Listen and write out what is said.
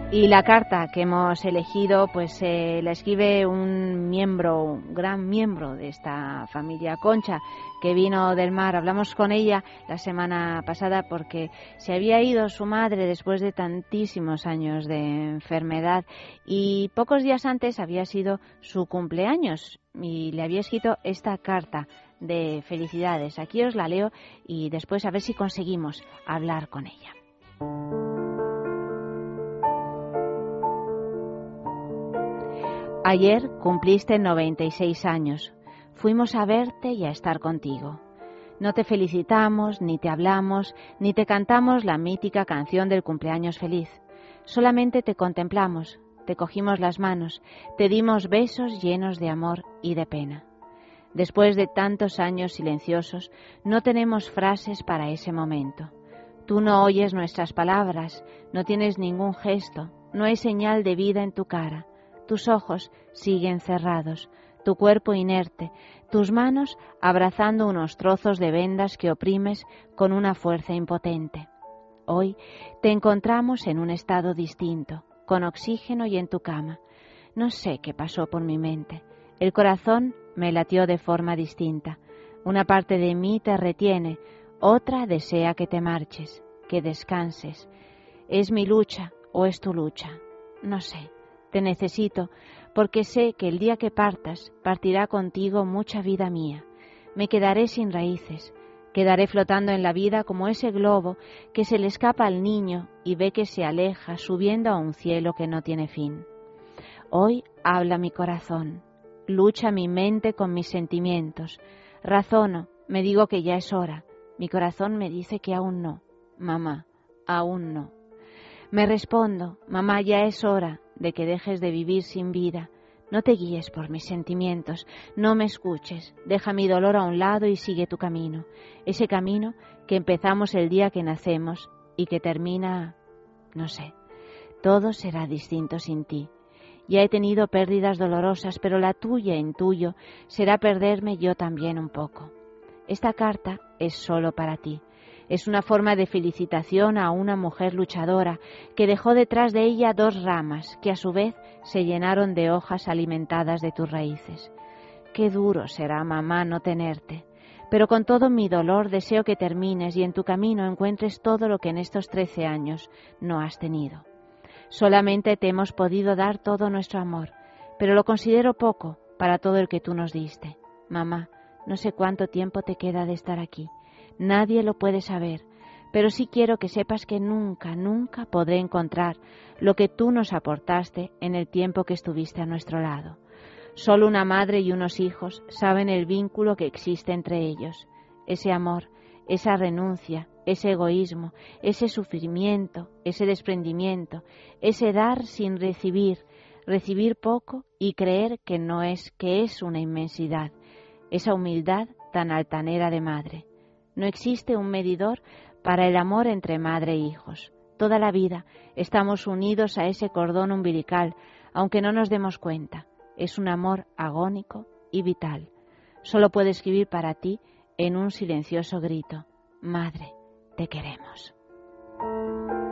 Y la carta que hemos elegido, pues la escribe un gran miembro de esta familia, Concha, que vino del mar. Hablamos con ella la semana pasada porque se había ido su madre después de tantísimos años de enfermedad y pocos días antes había sido su cumpleaños y le había escrito esta carta de felicidades. Aquí os la leo y después a ver si conseguimos hablar con ella. Ayer cumpliste 96 años. Fuimos a verte y a estar contigo. No te felicitamos, ni te hablamos, ni te cantamos la mítica canción del cumpleaños feliz. Solamente te contemplamos, te cogimos las manos, te dimos besos llenos de amor y de pena. Después de tantos años silenciosos, no tenemos frases para ese momento. Tú no oyes nuestras palabras, no tienes ningún gesto, no hay señal de vida en tu cara. Tus ojos siguen cerrados, tu cuerpo inerte, tus manos abrazando unos trozos de vendas que oprimes con una fuerza impotente. Hoy te encontramos en un estado distinto, con oxígeno y en tu cama. No sé qué pasó por mi mente. El corazón me latió de forma distinta. Una parte de mí te retiene, otra desea que te marches, que descanses. ¿Es mi lucha o es tu lucha? No sé. Te necesito porque sé que el día que partas, partirá contigo mucha vida mía. Me quedaré sin raíces, quedaré flotando en la vida como ese globo que se le escapa al niño y ve que se aleja subiendo a un cielo que no tiene fin. Hoy habla mi corazón, lucha mi mente con mis sentimientos. Razono, me digo que ya es hora. Mi corazón me dice que aún no. Mamá, aún no. Me respondo, mamá, ya es hora de que dejes de vivir sin vida. No te guíes por mis sentimientos, no me escuches, deja mi dolor a un lado y sigue tu camino. Ese camino que empezamos el día que nacemos y que termina, no sé, todo será distinto sin ti. Ya he tenido pérdidas dolorosas, pero la tuya, intuyo, será perderme yo también un poco. Esta carta es solo para ti. Es una forma de felicitación a una mujer luchadora que dejó detrás de ella 2 ramas que a su vez se llenaron de hojas alimentadas de tus raíces. Qué duro será, mamá, no tenerte. Pero con todo mi dolor deseo que termines y en tu camino encuentres todo lo que en estos 13 años no has tenido. Solamente te hemos podido dar todo nuestro amor, pero lo considero poco para todo el que tú nos diste. Mamá, no sé cuánto tiempo te queda de estar aquí. Nadie lo puede saber, pero sí quiero que sepas que nunca, nunca podré encontrar lo que tú nos aportaste en el tiempo que estuviste a nuestro lado. Solo una madre y unos hijos saben el vínculo que existe entre ellos. Ese amor, esa renuncia, ese egoísmo, ese sufrimiento, ese desprendimiento, ese dar sin recibir, recibir poco y creer que no es, que es una inmensidad, esa humildad tan altanera de madre. No existe un medidor para el amor entre madre e hijos. Toda la vida estamos unidos a ese cordón umbilical, aunque no nos demos cuenta. Es un amor agónico y vital. Solo puedo escribir para ti en un silencioso grito. Madre, te queremos.